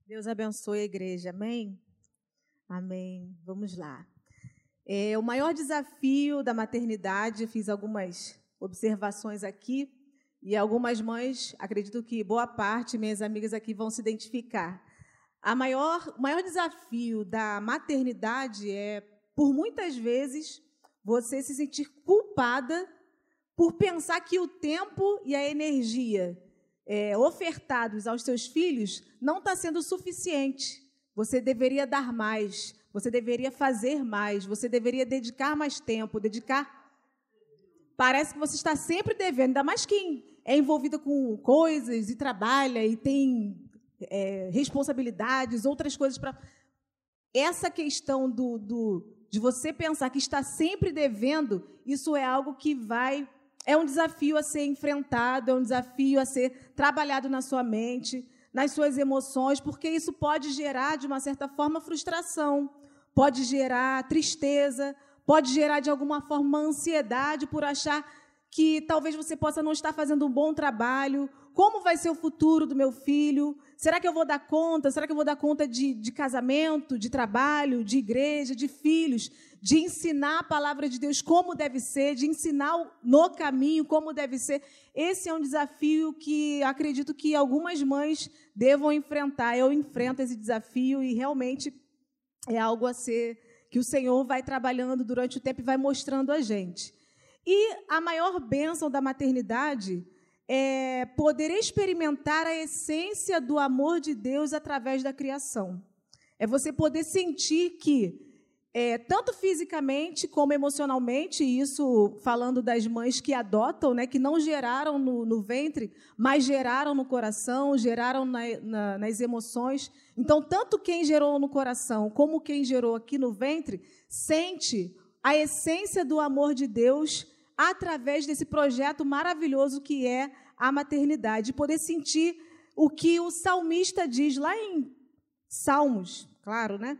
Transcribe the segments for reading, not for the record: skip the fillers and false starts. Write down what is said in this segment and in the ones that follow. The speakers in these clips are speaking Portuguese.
Deus abençoe a igreja, amém? Amém. Vamos lá. O maior desafio da maternidade, fiz algumas observações aqui, e algumas mães, acredito que boa parte, minhas amigas aqui vão se identificar. O maior desafio da maternidade é, por muitas vezes, você se sentir culpada por pensar que o tempo e a energia ofertados aos seus filhos não está sendo suficiente. Você deveria dar mais, você deveria fazer mais, você deveria dedicar mais tempo, Parece que você está sempre devendo, ainda mais quem é envolvida com coisas e trabalha e tem responsabilidades, outras coisas para... Essa questão de você pensar que está sempre devendo, isso é algo que é um desafio a ser enfrentado, é um desafio a ser trabalhado na sua mente, nas suas emoções, porque isso pode gerar, de uma certa forma, frustração, pode gerar tristeza, pode gerar, de alguma forma, uma ansiedade por achar que talvez você possa não estar fazendo um bom trabalho. Como vai ser o futuro do meu filho? Será que eu vou dar conta? Será que eu vou dar conta de casamento, de trabalho, de igreja, de filhos, de ensinar a palavra de Deus como deve ser, de ensinar no caminho como deve ser? Esse é um desafio que acredito que algumas mães devam enfrentar. Eu enfrento esse desafio e realmente é algo a ser que o Senhor vai trabalhando durante o tempo e vai mostrando a gente. E a maior bênção da maternidade é poder experimentar a essência do amor de Deus através da criação. É você poder sentir que, tanto fisicamente como emocionalmente, isso falando das mães que adotam, né, que não geraram no ventre, mas geraram no coração, geraram nas emoções. Então, tanto quem gerou no coração como quem gerou aqui no ventre, sente a essência do amor de Deus através desse projeto maravilhoso que é a maternidade, poder sentir o que o salmista diz lá em Salmos, claro, né?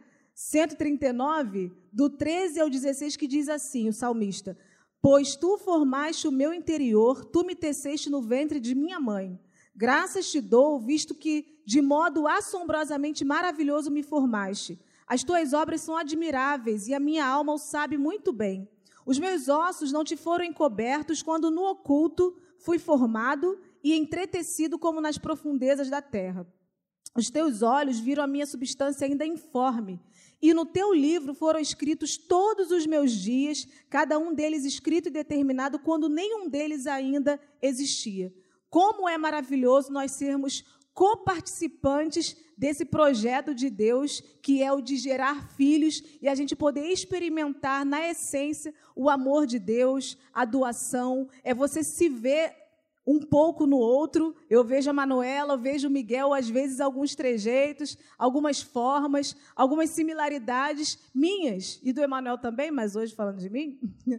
139, do 13 ao 16, que diz assim, o salmista: pois tu formaste o meu interior, tu me teceste no ventre de minha mãe. Graças te dou, visto que de modo assombrosamente maravilhoso me formaste. As tuas obras são admiráveis e a minha alma o sabe muito bem. Os meus ossos não te foram encobertos quando no oculto fui formado e entretecido como nas profundezas da terra. Os teus olhos viram a minha substância ainda informe, e no teu livro foram escritos todos os meus dias, cada um deles escrito e determinado quando nenhum deles ainda existia. Como é maravilhoso nós sermos coparticipantes desse projeto de Deus, que é o de gerar filhos, e a gente poder experimentar na essência o amor de Deus, a doação, é você se ver um pouco no outro. Eu vejo a Manuela, eu vejo o Miguel, às vezes alguns trejeitos, algumas formas, algumas similaridades minhas, e do Emanuel também, mas hoje falando de mim,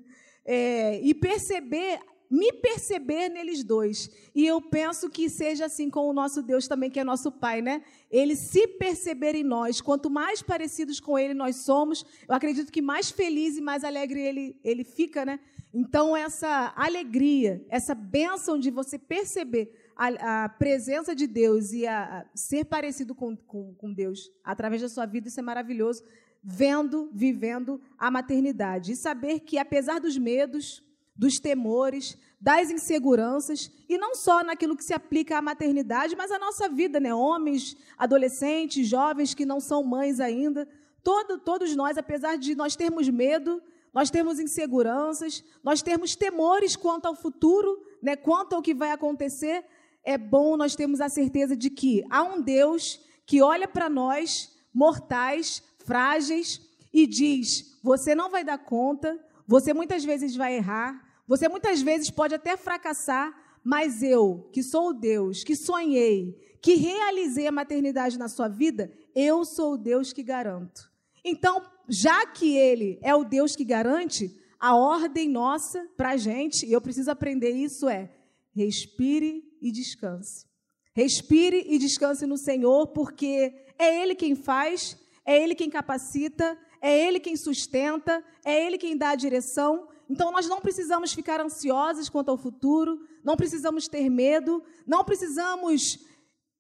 e me perceber neles dois. E eu penso que seja assim com o nosso Deus também, que é nosso Pai, né? Ele se perceber em nós. Quanto mais parecidos com Ele nós somos, eu acredito que mais feliz e mais alegre Ele fica, né? Então, essa alegria, essa bênção de você perceber a presença de Deus e a ser parecido com Deus através da sua vida, isso é maravilhoso, vivendo a maternidade. E saber que, apesar dos medos, dos temores, das inseguranças, e não só naquilo que se aplica à maternidade, mas à nossa vida, né? Homens, adolescentes, jovens que não são mães ainda, todos nós, apesar de nós termos medo, nós temos inseguranças, nós temos temores quanto ao futuro, né? Quanto ao que vai acontecer, é bom nós termos a certeza de que há um Deus que olha para nós, mortais, frágeis, e diz: você não vai dar conta, você muitas vezes vai errar, você muitas vezes pode até fracassar, mas eu, que sou o Deus, que sonhei, que realizei a maternidade na sua vida, eu sou o Deus que garanto. Então, já que Ele é o Deus que garante, a ordem nossa para a gente, e eu preciso aprender isso, é: respire e descanse. Respire e descanse no Senhor, porque é Ele quem faz, é Ele quem capacita, é Ele quem sustenta, é Ele quem dá a direção. Então, nós não precisamos ficar ansiosos quanto ao futuro, não precisamos ter medo, não precisamos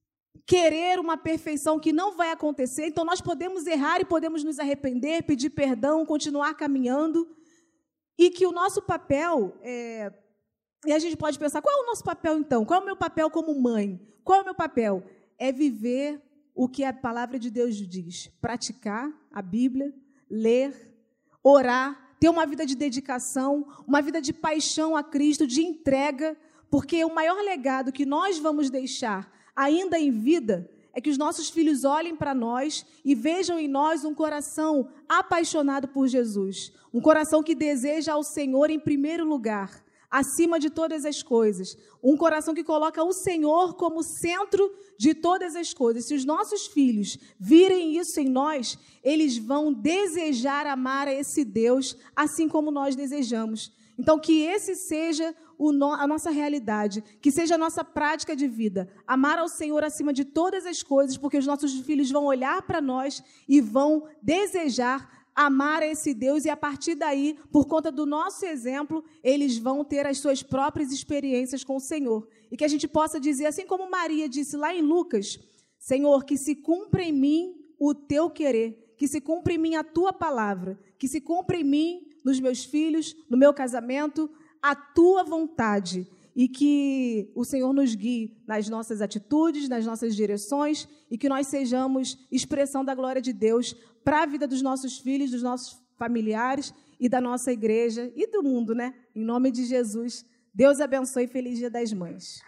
querer uma perfeição que não vai acontecer. Então, nós podemos errar e podemos nos arrepender, pedir perdão, continuar caminhando. E que o nosso papel... E a gente pode pensar, qual é o nosso papel, então? Qual é o meu papel como mãe? Qual é o meu papel? É viver o que a palavra de Deus diz. Praticar a Bíblia, ler, orar, ter uma vida de dedicação, uma vida de paixão a Cristo, de entrega, porque o maior legado que nós vamos deixar ainda em vida é que os nossos filhos olhem para nós e vejam em nós um coração apaixonado por Jesus, um coração que deseja ao Senhor em primeiro lugar, acima de todas as coisas, um coração que coloca o Senhor como centro de todas as coisas. Se os nossos filhos virem isso em nós, eles vão desejar amar a esse Deus, assim como nós desejamos. Então, que esse seja a nossa realidade, que seja a nossa prática de vida, amar ao Senhor acima de todas as coisas, porque os nossos filhos vão olhar para nós e vão desejar amar a esse Deus, e a partir daí, por conta do nosso exemplo, eles vão ter as suas próprias experiências com o Senhor. E que a gente possa dizer, assim como Maria disse lá em Lucas, Senhor, que se cumpra em mim o teu querer, que se cumpra em mim a tua palavra, que se cumpra em mim, nos meus filhos, no meu casamento, a tua vontade. E que o Senhor nos guie nas nossas atitudes, nas nossas direções, e que nós sejamos expressão da glória de Deus para a vida dos nossos filhos, dos nossos familiares e da nossa igreja e do mundo, né? Em nome de Jesus, Deus abençoe e feliz Dia das Mães.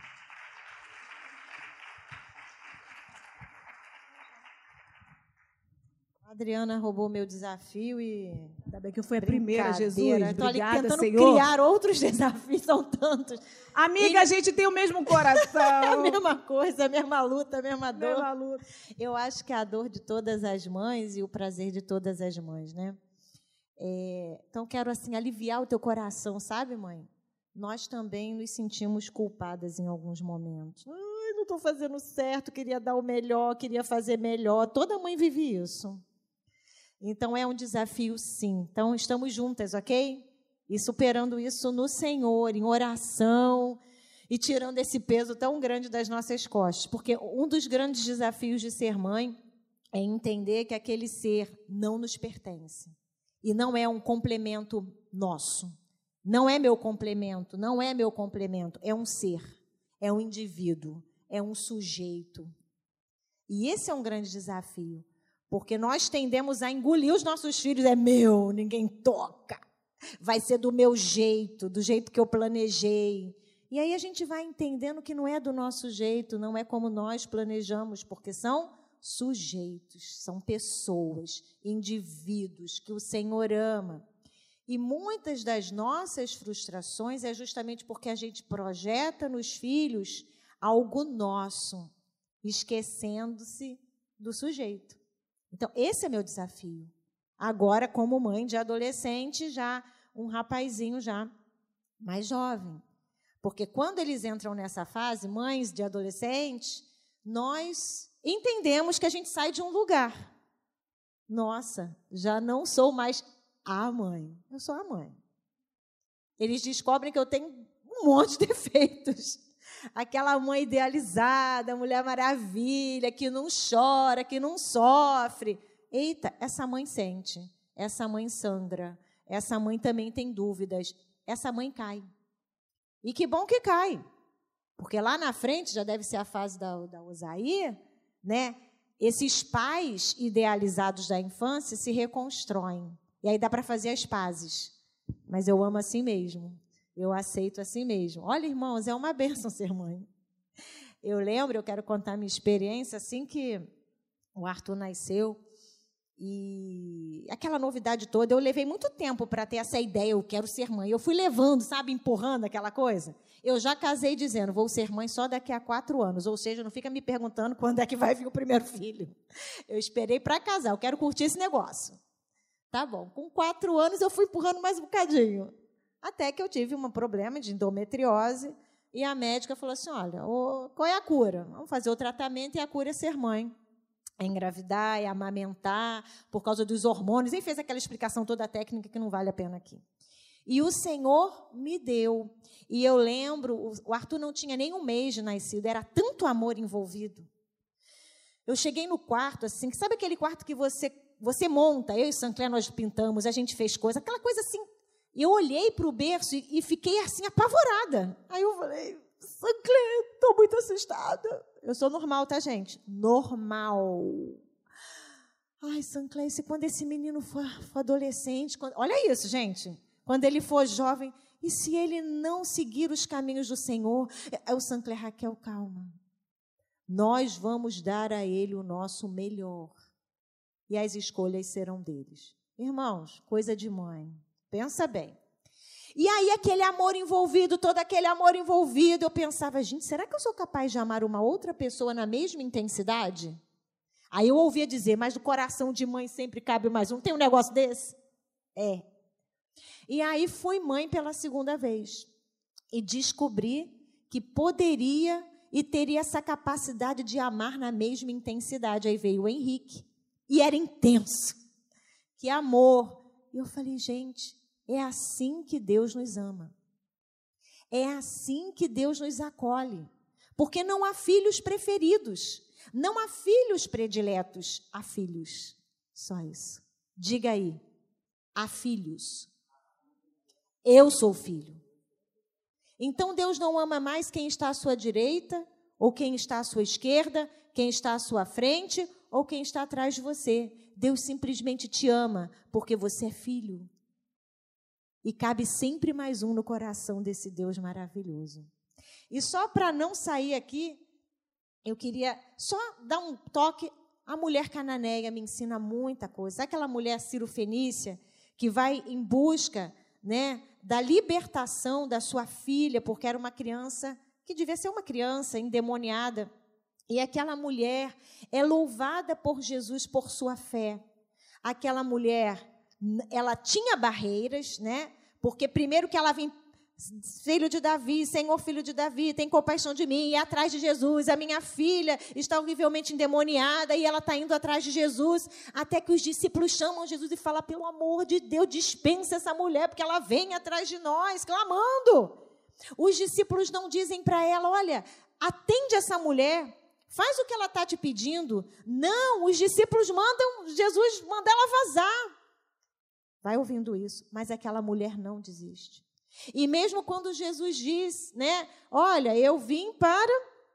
A Adriana roubou meu desafio e... Ainda bem que eu fui a primeira, Jesus. Estou ali Obrigada, tentando Senhor. criar outros desafios, são tantos. Amiga, a gente tem o mesmo coração. A mesma coisa, a mesma luta, a mesma dor. Mesma luta. Eu acho que é a dor de todas as mães e o prazer de todas as mães, né? Então, quero, assim, aliviar o teu coração, sabe, mãe? Nós também nos sentimos culpadas em alguns momentos. Ai, não estou fazendo certo, queria dar o melhor, queria fazer melhor. Toda mãe vive isso. Então, é um desafio, sim. Então, estamos juntas, ok? E superando isso no Senhor, em oração, e tirando esse peso tão grande das nossas costas. Porque um dos grandes desafios de ser mãe é entender que aquele ser não nos pertence. E não é um complemento nosso. Não é meu complemento, não é meu complemento. É um ser, é um indivíduo, é um sujeito. E esse é um grande desafio. Porque nós tendemos a engolir os nossos filhos. É meu, ninguém toca. Vai ser do meu jeito, do jeito que eu planejei. E aí a gente vai entendendo que não é do nosso jeito, não é como nós planejamos, porque são sujeitos, são pessoas, indivíduos que o Senhor ama. E muitas das nossas frustrações é justamente porque a gente projeta nos filhos algo nosso, esquecendo-se do sujeito. Então, esse é meu desafio. Agora, como mãe de adolescente, já um rapazinho já mais jovem. Porque quando eles entram nessa fase, mães de adolescentes, nós entendemos que a gente sai de um lugar. Nossa, já não sou mais a mãe, eu sou a mãe. Eles descobrem que eu tenho um monte de defeitos. Aquela mãe idealizada, Mulher Maravilha, que não chora, que não sofre. Eita, essa mãe sente, essa mãe sangra, essa mãe também tem dúvidas, essa mãe cai. E que bom que cai, porque lá na frente, já deve ser a fase da Osaí, né? Esses pais idealizados da infância se reconstroem. E aí dá para fazer as pazes. Mas eu amo assim mesmo. Eu aceito assim mesmo. Olha, irmãos, é uma bênção ser mãe. Eu lembro, eu quero contar minha experiência, assim que o Arthur nasceu, e aquela novidade toda, eu levei muito tempo para ter essa ideia, eu quero ser mãe. Eu fui levando, sabe, empurrando aquela coisa. Eu já casei dizendo, vou ser mãe só daqui a 4 anos, ou seja, não fica me perguntando quando é que vai vir o primeiro filho. Eu esperei para casar, eu quero curtir esse negócio. Tá bom, com 4 anos eu fui empurrando mais um bocadinho. Até que eu tive um problema de endometriose e a médica falou assim, olha, qual é a cura? Vamos fazer o tratamento e a cura é ser mãe. É engravidar, é amamentar, por causa dos hormônios. E fez aquela explicação toda técnica que não vale a pena aqui. E o Senhor me deu. E eu lembro, o Arthur não tinha nem um mês de nascido, era tanto amor envolvido. eu cheguei no quarto, assim, sabe aquele quarto que você monta, eu e Sancler, nós pintamos, a gente fez coisa, aquela coisa assim. Eu olhei para o berço e fiquei assim, apavorada. Aí eu falei, Sancler, estou muito assustada. Eu sou normal, tá, gente? Normal. Ai, Sancler, quando esse menino for adolescente, olha isso, gente. Quando ele for jovem, e se ele não seguir os caminhos do Senhor? O Sancler, Raquel, calma. Nós vamos dar a ele o nosso melhor. E as escolhas serão deles. Irmãos, coisa de mãe. Pensa bem. E aí, aquele amor envolvido, todo aquele amor envolvido, eu pensava, gente, será que eu sou capaz de amar uma outra pessoa na mesma intensidade? Aí eu ouvia dizer, mas do coração de mãe sempre cabe mais um. Tem um negócio desse? É. E aí fui mãe pela segunda vez. E descobri que poderia e teria essa capacidade de amar na mesma intensidade. Aí veio o Henrique. E era intenso. Que amor. E eu falei, gente, é assim que Deus nos ama. É assim que Deus nos acolhe. Porque não há filhos preferidos. Não há filhos prediletos. Há filhos. Só isso. Diga aí. Há filhos. Eu sou filho. Então, Deus não ama mais quem está à sua direita, ou quem está à sua esquerda, quem está à sua frente, ou quem está atrás de você. Deus simplesmente te ama, porque você é filho. E cabe sempre mais um no coração desse Deus maravilhoso. E só para não sair aqui, eu queria só dar um toque. A mulher cananeia me ensina muita coisa. Sabe aquela mulher cirofenícia que vai em busca, né, da libertação da sua filha, porque era uma criança que devia ser uma criança endemoniada. E aquela mulher é louvada por Jesus por sua fé. Aquela mulher, ela tinha barreiras, né? Porque primeiro que ela vem, filho de Davi, Senhor, filho de Davi, tem compaixão de mim, e atrás de Jesus. A minha filha está horrivelmente endemoniada e ela está indo atrás de Jesus, até que os discípulos chamam Jesus e falam, pelo amor de Deus, dispensa essa mulher, porque ela vem atrás de nós, clamando. Os discípulos não dizem para ela, olha, atende essa mulher, faz o que ela está te pedindo. Não, os discípulos Jesus manda ela vazar. Vai ouvindo isso, mas aquela mulher não desiste. E mesmo quando Jesus diz, né, olha, eu vim para,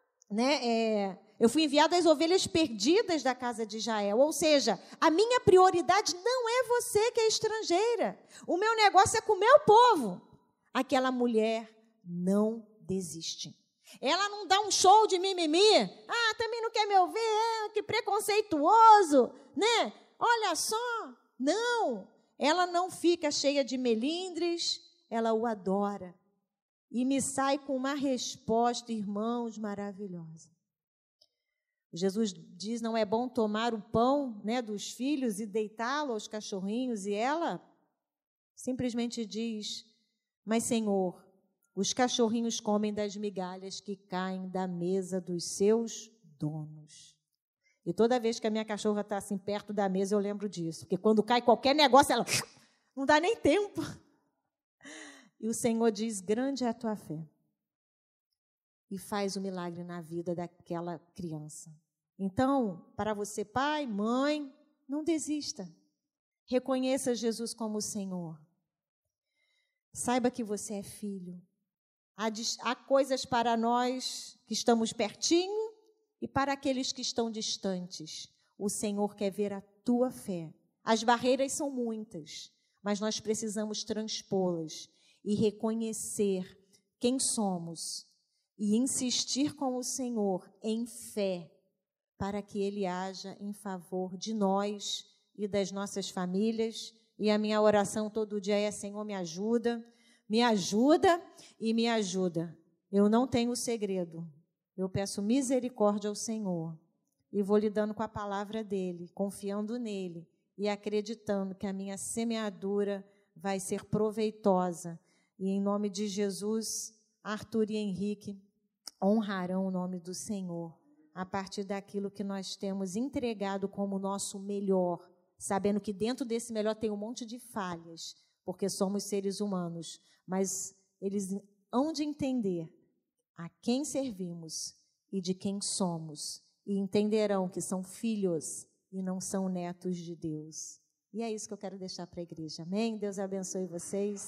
né, eu fui enviado às ovelhas perdidas da casa de Israel, ou seja, a minha prioridade não é você que é estrangeira, o meu negócio é com o meu povo. Aquela mulher não desiste. Ela não dá um show de mimimi, também não quer me ouvir, que preconceituoso, né, olha só, não, ela não fica cheia de melindres, ela o adora. E me sai com uma resposta, irmãos, maravilhosa. Jesus diz, não é bom tomar o pão, né, dos filhos e deitá-lo aos cachorrinhos. E ela simplesmente diz, mas, Senhor, os cachorrinhos comem das migalhas que caem da mesa dos seus donos. E toda vez que a minha cachorra está assim perto da mesa, eu lembro disso. Porque quando cai qualquer negócio, ela não dá nem tempo. E o Senhor diz, grande é a tua fé. E faz o milagre na vida daquela criança. Então, para você, pai, mãe, não desista. Reconheça Jesus como o Senhor. Saiba que você é filho. Há coisas para nós que estamos pertinho e para aqueles que estão distantes. O Senhor quer ver a tua fé. As barreiras são muitas, mas nós precisamos transpô-las e reconhecer quem somos e insistir com o Senhor em fé para que Ele haja em favor de nós e das nossas famílias. E a minha oração todo dia é, Senhor, me ajuda e me ajuda. Eu não tenho segredo. Eu peço misericórdia ao Senhor e vou lidando com a palavra dEle, confiando nele e acreditando que a minha semeadura vai ser proveitosa. E em nome de Jesus, Arthur e Henrique honrarão o nome do Senhor a partir daquilo que nós temos entregado como nosso melhor, sabendo que dentro desse melhor tem um monte de falhas, porque somos seres humanos, mas eles hão de entender a quem servimos e de quem somos, e entenderão que são filhos e não são netos de Deus. E é isso que eu quero deixar para a igreja. Amém? Deus abençoe vocês.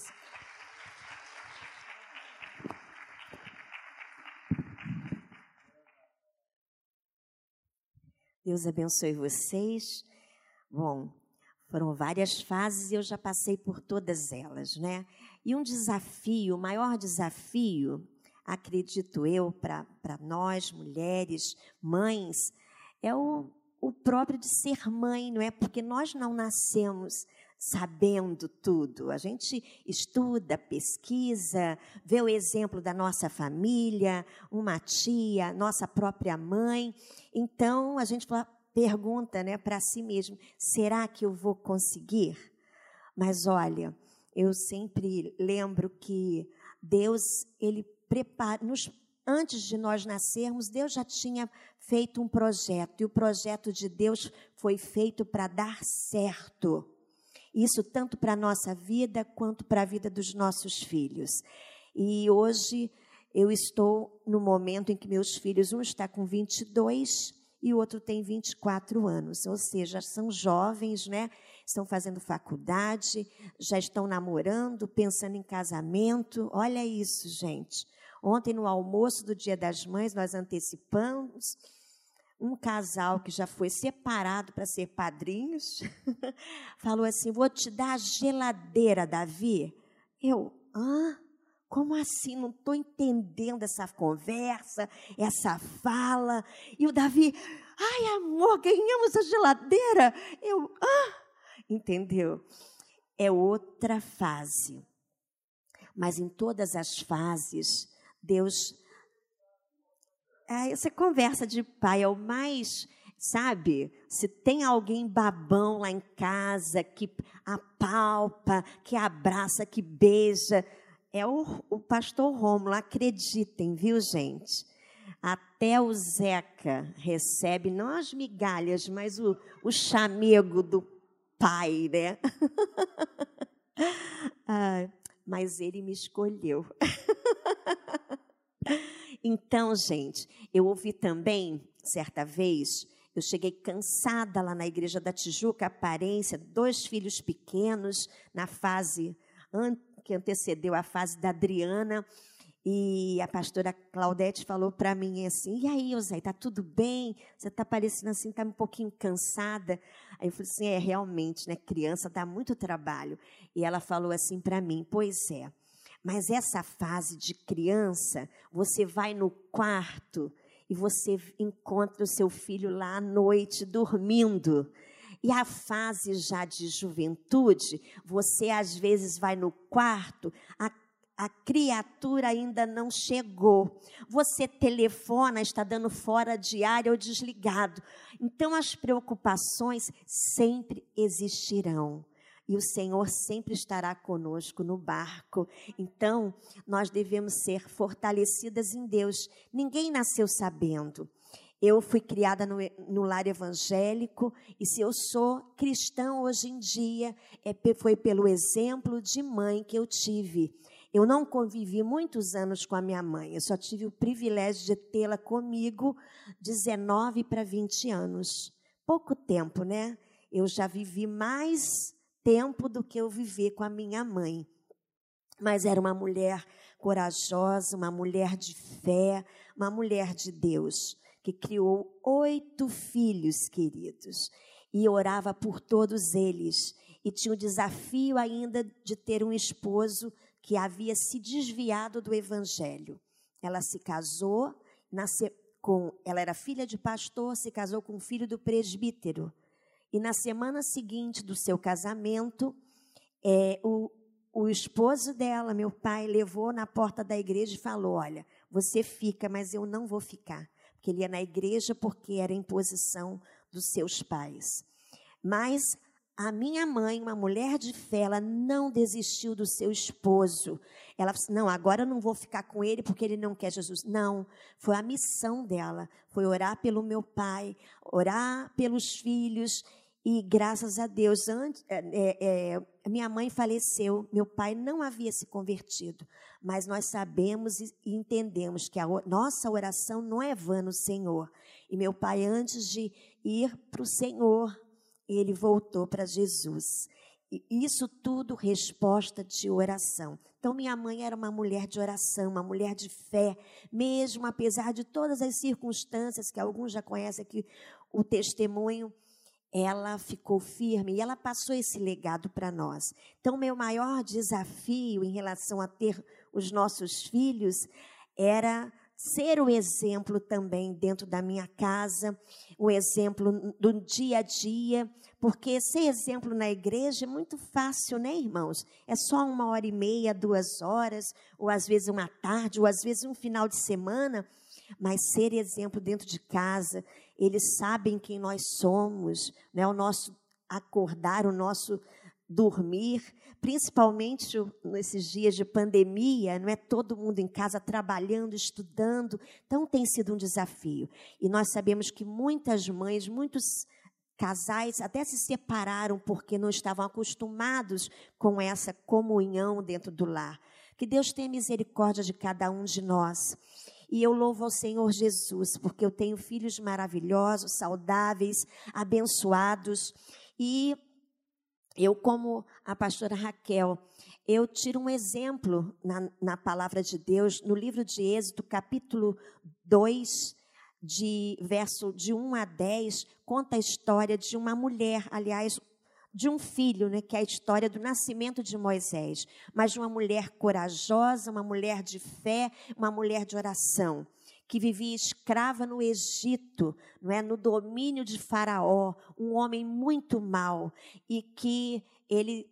Deus abençoe vocês. Bom, foram várias fases e eu já passei por todas elas, né? E um desafio, o maior desafio, acredito eu, para nós, mulheres, mães, é o próprio de ser mãe, não é? Porque nós não nascemos sabendo tudo. A gente estuda, pesquisa, vê o exemplo da nossa família, uma tia, nossa própria mãe. Então, a gente pergunta, né, para si mesmo, será que eu vou conseguir? Mas, olha, eu sempre lembro que Deus, Ele prepara, antes de nós nascermos, Deus já tinha feito um projeto, e o projeto de Deus foi feito para dar certo. Isso tanto para a nossa vida, quanto para a vida dos nossos filhos. E hoje eu estou no momento em que meus filhos, um está com 22 e o outro tem 24 anos. Ou seja, são jovens, né? Estão fazendo faculdade, já estão namorando, pensando em casamento. Olha isso, gente. Ontem, no almoço do Dia das Mães, nós antecipamos um casal que já foi separado para ser padrinhos, falou assim, vou te dar a geladeira, Davi. Eu, como assim? Não estou entendendo essa conversa, essa fala. E o Davi, ai, amor, ganhamos a geladeira. Eu, entendeu? É outra fase. Mas em todas as fases, Deus... essa conversa de pai é o mais, sabe? Se tem alguém babão lá em casa, que apalpa, que abraça, que beija, é o pastor Rômulo, acreditem, viu, gente? Até o Zeca recebe, não as migalhas, mas o chamego do pai, né? Mas ele me escolheu. Então, gente, eu ouvi também, certa vez, eu cheguei cansada lá na Igreja da Tijuca, aparência, 2 filhos pequenos, na fase que antecedeu a fase da Adriana, e a pastora Claudete falou para mim assim, e aí, Osé, está tudo bem? Você está parecendo assim, está um pouquinho cansada? Aí eu falei assim, realmente, né, criança dá muito trabalho. E ela falou assim para mim, pois é, mas essa fase de criança, você vai no quarto e você encontra o seu filho lá à noite dormindo. E a fase já de juventude, você às vezes vai no quarto, a criatura ainda não chegou. Você telefona, está dando fora de área ou desligado. Então as preocupações sempre existirão. E o Senhor sempre estará conosco no barco. Então, nós devemos ser fortalecidas em Deus. Ninguém nasceu sabendo. Eu fui criada no lar evangélico, e se eu sou cristã hoje em dia, foi pelo exemplo de mãe que eu tive. Eu não convivi muitos anos com a minha mãe, eu só tive o privilégio de tê-la comigo 19 para 20 anos. Pouco tempo, né? Eu já vivi mais tempo do que eu vivi com a minha mãe. Mas era uma mulher corajosa, uma mulher de fé, uma mulher de Deus, que criou 8 filhos queridos e orava por todos eles. E tinha o desafio ainda de ter um esposo que havia se desviado do evangelho. Ela se casou, ela era filha de pastor, se casou com o filho do presbítero. E na semana seguinte do seu casamento, o esposo dela, meu pai, levou na porta da igreja e falou, olha, você fica, mas eu não vou ficar. Porque ele ia na igreja porque era imposição dos seus pais. Mas a minha mãe, uma mulher de fé, ela não desistiu do seu esposo. Ela falou assim, não, agora eu não vou ficar com ele porque ele não quer Jesus. Não, foi a missão dela, foi orar pelo meu pai, orar pelos filhos. E graças a Deus, minha mãe faleceu, meu pai não havia se convertido. Mas nós sabemos e entendemos que a nossa oração não é vã no Senhor. E meu pai, antes de ir para o Senhor, ele voltou para Jesus. E isso tudo resposta de oração. Então, minha mãe era uma mulher de oração, uma mulher de fé, mesmo apesar de todas as circunstâncias, que alguns já conhecem aqui o testemunho, ela ficou firme e ela passou esse legado para nós. Então, meu maior desafio em relação a ter os nossos filhos era ser o exemplo também dentro da minha casa, o exemplo do dia a dia, porque ser exemplo na igreja é muito fácil, né, irmãos? É só 1h30, 2 horas, ou às vezes uma tarde, ou às vezes um final de semana, mas ser exemplo dentro de casa, eles sabem quem nós somos, né? O nosso acordar, o nosso dormir, principalmente nesses dias de pandemia, não é todo mundo em casa trabalhando, estudando, então tem sido um desafio. E nós sabemos que muitas mães, muitos casais até se separaram porque não estavam acostumados com essa comunhão dentro do lar. Que Deus tenha misericórdia de cada um de nós. E eu louvo ao Senhor Jesus, porque eu tenho filhos maravilhosos, saudáveis, abençoados. E eu, como a pastora Raquel, eu tiro um exemplo na palavra de Deus, no livro de Êxodo, capítulo 2, verso de 1 a 10, conta a história de uma mulher, aliás, de um filho, né, que é a história do nascimento de Moisés, mas de uma mulher corajosa, uma mulher de fé, uma mulher de oração, que vivia escrava no Egito, não é, no domínio de Faraó, um homem muito mau, e que ele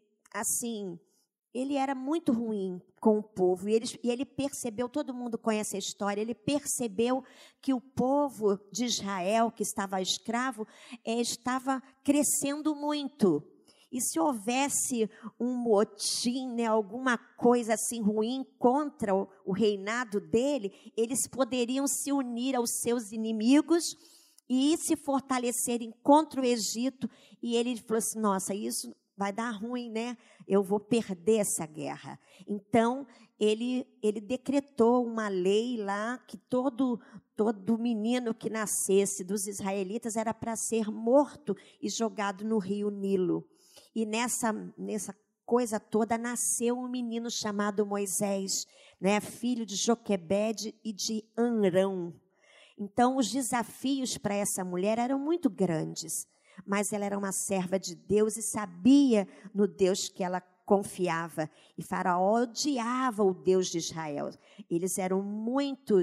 era muito ruim com o povo, e ele percebeu, todo mundo conhece a história, ele percebeu que o povo de Israel, que estava escravo, estava crescendo muito. E se houvesse um motim, né, alguma coisa assim ruim contra o reinado dele, eles poderiam se unir aos seus inimigos e se fortalecerem contra o Egito. E ele falou assim, nossa, isso vai dar ruim, né? Eu vou perder essa guerra. Então, ele decretou uma lei lá que todo menino que nascesse dos israelitas era para ser morto e jogado no rio Nilo. E nessa coisa toda nasceu um menino chamado Moisés, né, filho de Joquebede e de Amrão. Então, os desafios para essa mulher eram muito grandes, mas ela era uma serva de Deus e sabia no Deus que ela confiava. E Faraó odiava o Deus de Israel. Eles eram muito,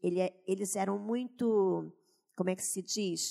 como é que se diz?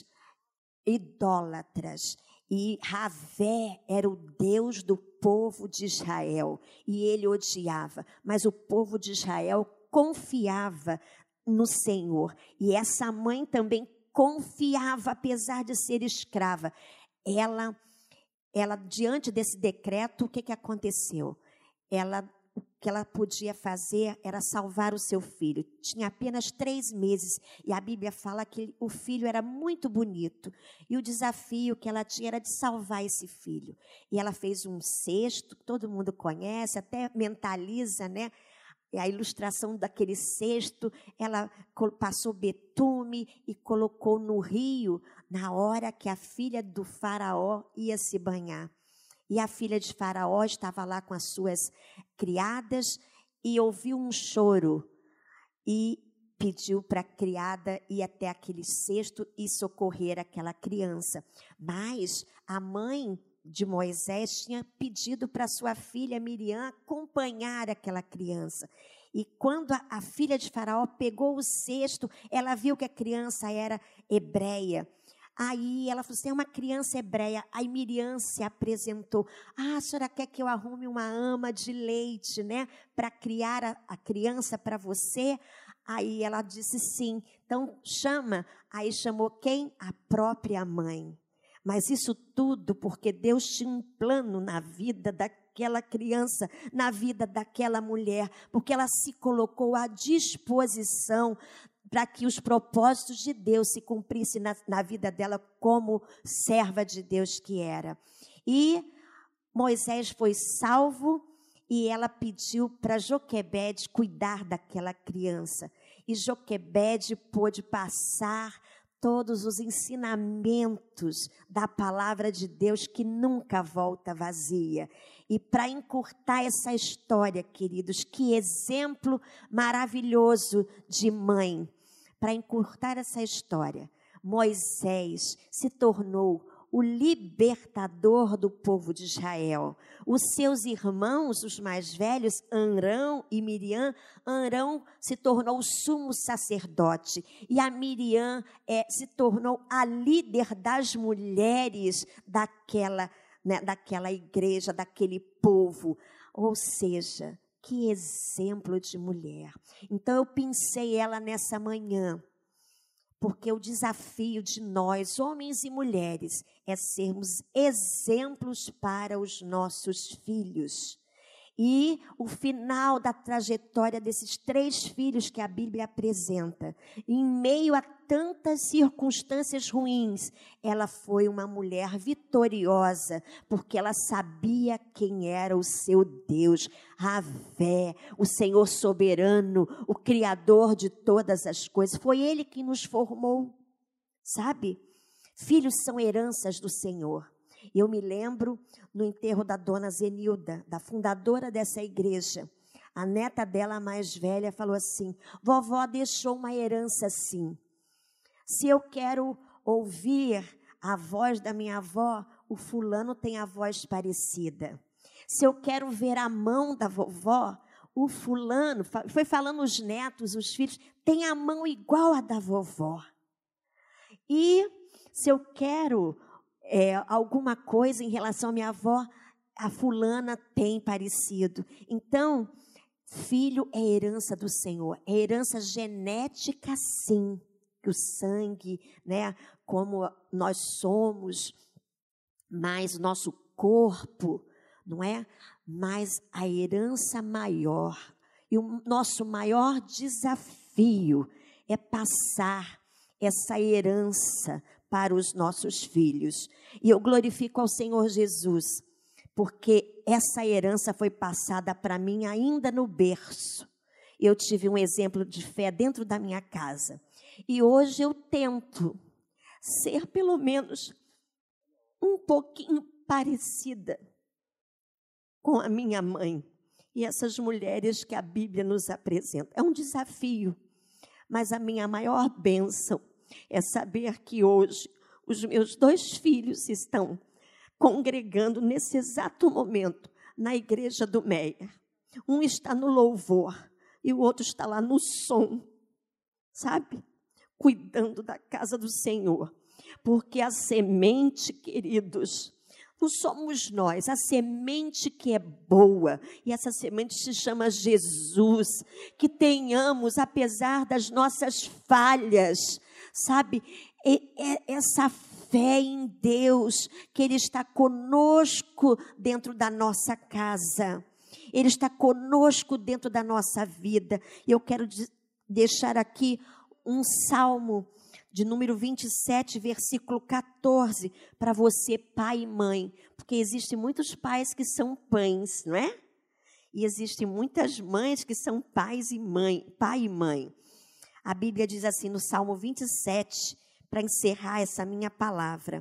Idólatras. E Javé era o Deus do povo de Israel, e ele odiava, mas o povo de Israel confiava no Senhor, e essa mãe também confiava, apesar de ser escrava. Ela diante desse decreto, o que aconteceu? O que ela podia fazer era salvar o seu filho. Tinha apenas 3 meses e a Bíblia fala que o filho era muito bonito. E o desafio que ela tinha era de salvar esse filho. E ela fez um cesto, que todo mundo conhece, até mentaliza, né? A ilustração daquele cesto, ela passou betume e colocou no rio na hora que a filha do faraó ia se banhar. E a filha de Faraó estava lá com as suas criadas e ouviu um choro e pediu para a criada ir até aquele cesto e socorrer aquela criança. Mas a mãe de Moisés tinha pedido para sua filha Miriam acompanhar aquela criança. E quando a filha de Faraó pegou o cesto, ela viu que a criança era hebreia. Aí ela falou assim, é uma criança hebreia. Aí Miriam se apresentou. A senhora quer que eu arrume uma ama de leite, né? Para criar a criança para você? Aí ela disse sim. Então chama. Aí chamou quem? A própria mãe. Mas isso tudo porque Deus tinha um plano na vida daquela criança, na vida daquela mulher. Porque ela se colocou à disposição para que os propósitos de Deus se cumprissem na vida dela como serva de Deus que era. E Moisés foi salvo e ela pediu para Joquebede cuidar daquela criança. E Joquebede pôde passar todos os ensinamentos da palavra de Deus que nunca volta vazia. E para encurtar essa história, queridos, que exemplo maravilhoso de mãe. Para encurtar essa história, Moisés se tornou o libertador do povo de Israel. Os seus irmãos, os mais velhos, Arão e Miriam, Arão se tornou o sumo sacerdote e a Miriam se tornou a líder das mulheres daquela igreja, daquele povo. Ou seja, que exemplo de mulher. Então eu pensei ela nessa manhã, porque o desafio de nós, homens e mulheres, é sermos exemplos para os nossos filhos. E o final da trajetória desses 3 filhos que a Bíblia apresenta, em meio a tantas circunstâncias ruins, ela foi uma mulher vitoriosa, porque ela sabia quem era o seu Deus, Javé, o Senhor soberano, o Criador de todas as coisas. Foi Ele que nos formou, sabe? Filhos são heranças do Senhor. Eu me lembro no enterro da dona Zenilda, da fundadora dessa igreja. A neta dela, mais velha, falou assim: vovó deixou uma herança sim. Se eu quero ouvir a voz da minha avó, o fulano tem a voz parecida. Se eu quero ver a mão da vovó, o fulano, foi falando os netos, os filhos, tem a mão igual a da vovó. E se eu quero alguma coisa em relação à minha avó, a fulana tem parecido. Então, filho é herança do Senhor, é herança genética sim, que o sangue, né, como nós somos, mais o nosso corpo, não é? Mas a herança maior, e o nosso maior desafio é passar essa herança para os nossos filhos. E eu glorifico ao Senhor Jesus, porque essa herança foi passada para mim ainda no berço. Eu tive um exemplo de fé dentro da minha casa. E hoje eu tento ser pelo menos um pouquinho parecida com a minha mãe e essas mulheres que a Bíblia nos apresenta. É um desafio, mas a minha maior bênção é saber que hoje os meus 2 filhos estão congregando nesse exato momento na igreja do Meia. Um está no louvor e o outro está lá no som, sabe? Cuidando da casa do Senhor. Porque a semente, queridos, não somos nós, a semente que é boa, e essa semente se chama Jesus, que tenhamos, apesar das nossas falhas, sabe, essa fé em Deus, que Ele está conosco dentro da nossa casa, Ele está conosco dentro da nossa vida. E eu quero deixar aqui um salmo de número 27, versículo 14, para você, pai e mãe, porque existem muitos pais que são pães, não é? E existem muitas mães que são pais e mãe, pai e mãe. A Bíblia diz assim no Salmo 27, para encerrar essa minha palavra,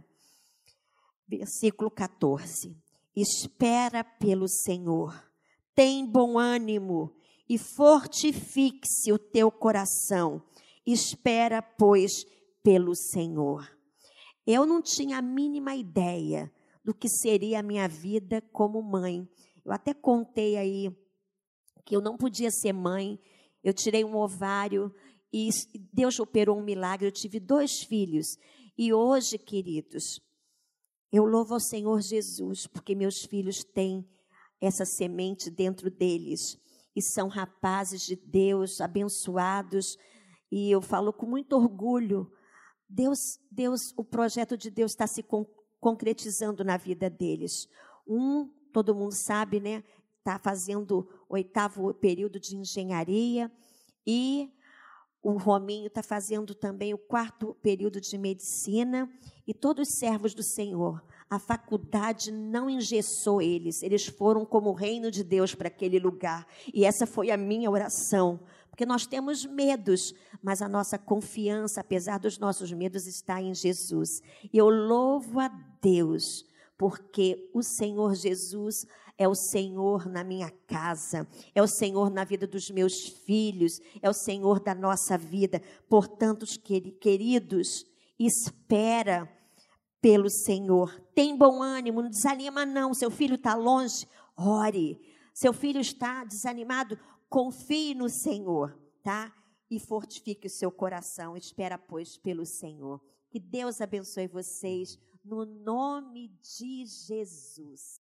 versículo 14: espera pelo Senhor, tem bom ânimo e fortifique-se o teu coração, espera, pois, pelo Senhor. Eu não tinha a mínima ideia do que seria a minha vida como mãe. Eu até contei aí que eu não podia ser mãe, eu tirei um ovário e Deus operou um milagre, eu tive 2 filhos. E hoje, queridos, eu louvo ao Senhor Jesus, porque meus filhos têm essa semente dentro deles e são rapazes de Deus, abençoados, e eu falo com muito orgulho. Deus, o projeto de Deus está se concretizando na vida deles. Todo mundo sabe, né? Está fazendo o 8º período de engenharia e o Rominho está fazendo também o 4º período de medicina, e todos os servos do Senhor. A faculdade não engessou eles foram como o reino de Deus para aquele lugar. E essa foi a minha oração, Porque nós temos medos, mas a nossa confiança, apesar dos nossos medos, está em Jesus. E eu louvo a Deus, porque o Senhor Jesus é o Senhor na minha casa, é o Senhor na vida dos meus filhos, é o Senhor da nossa vida. Portanto, queridos, espera pelo Senhor. Tem bom ânimo, não desanima não. Seu filho está longe, ore. Seu filho está desanimado, confie no Senhor, tá? E fortifique o seu coração. Espera, pois, pelo Senhor. Que Deus abençoe vocês, no nome de Jesus.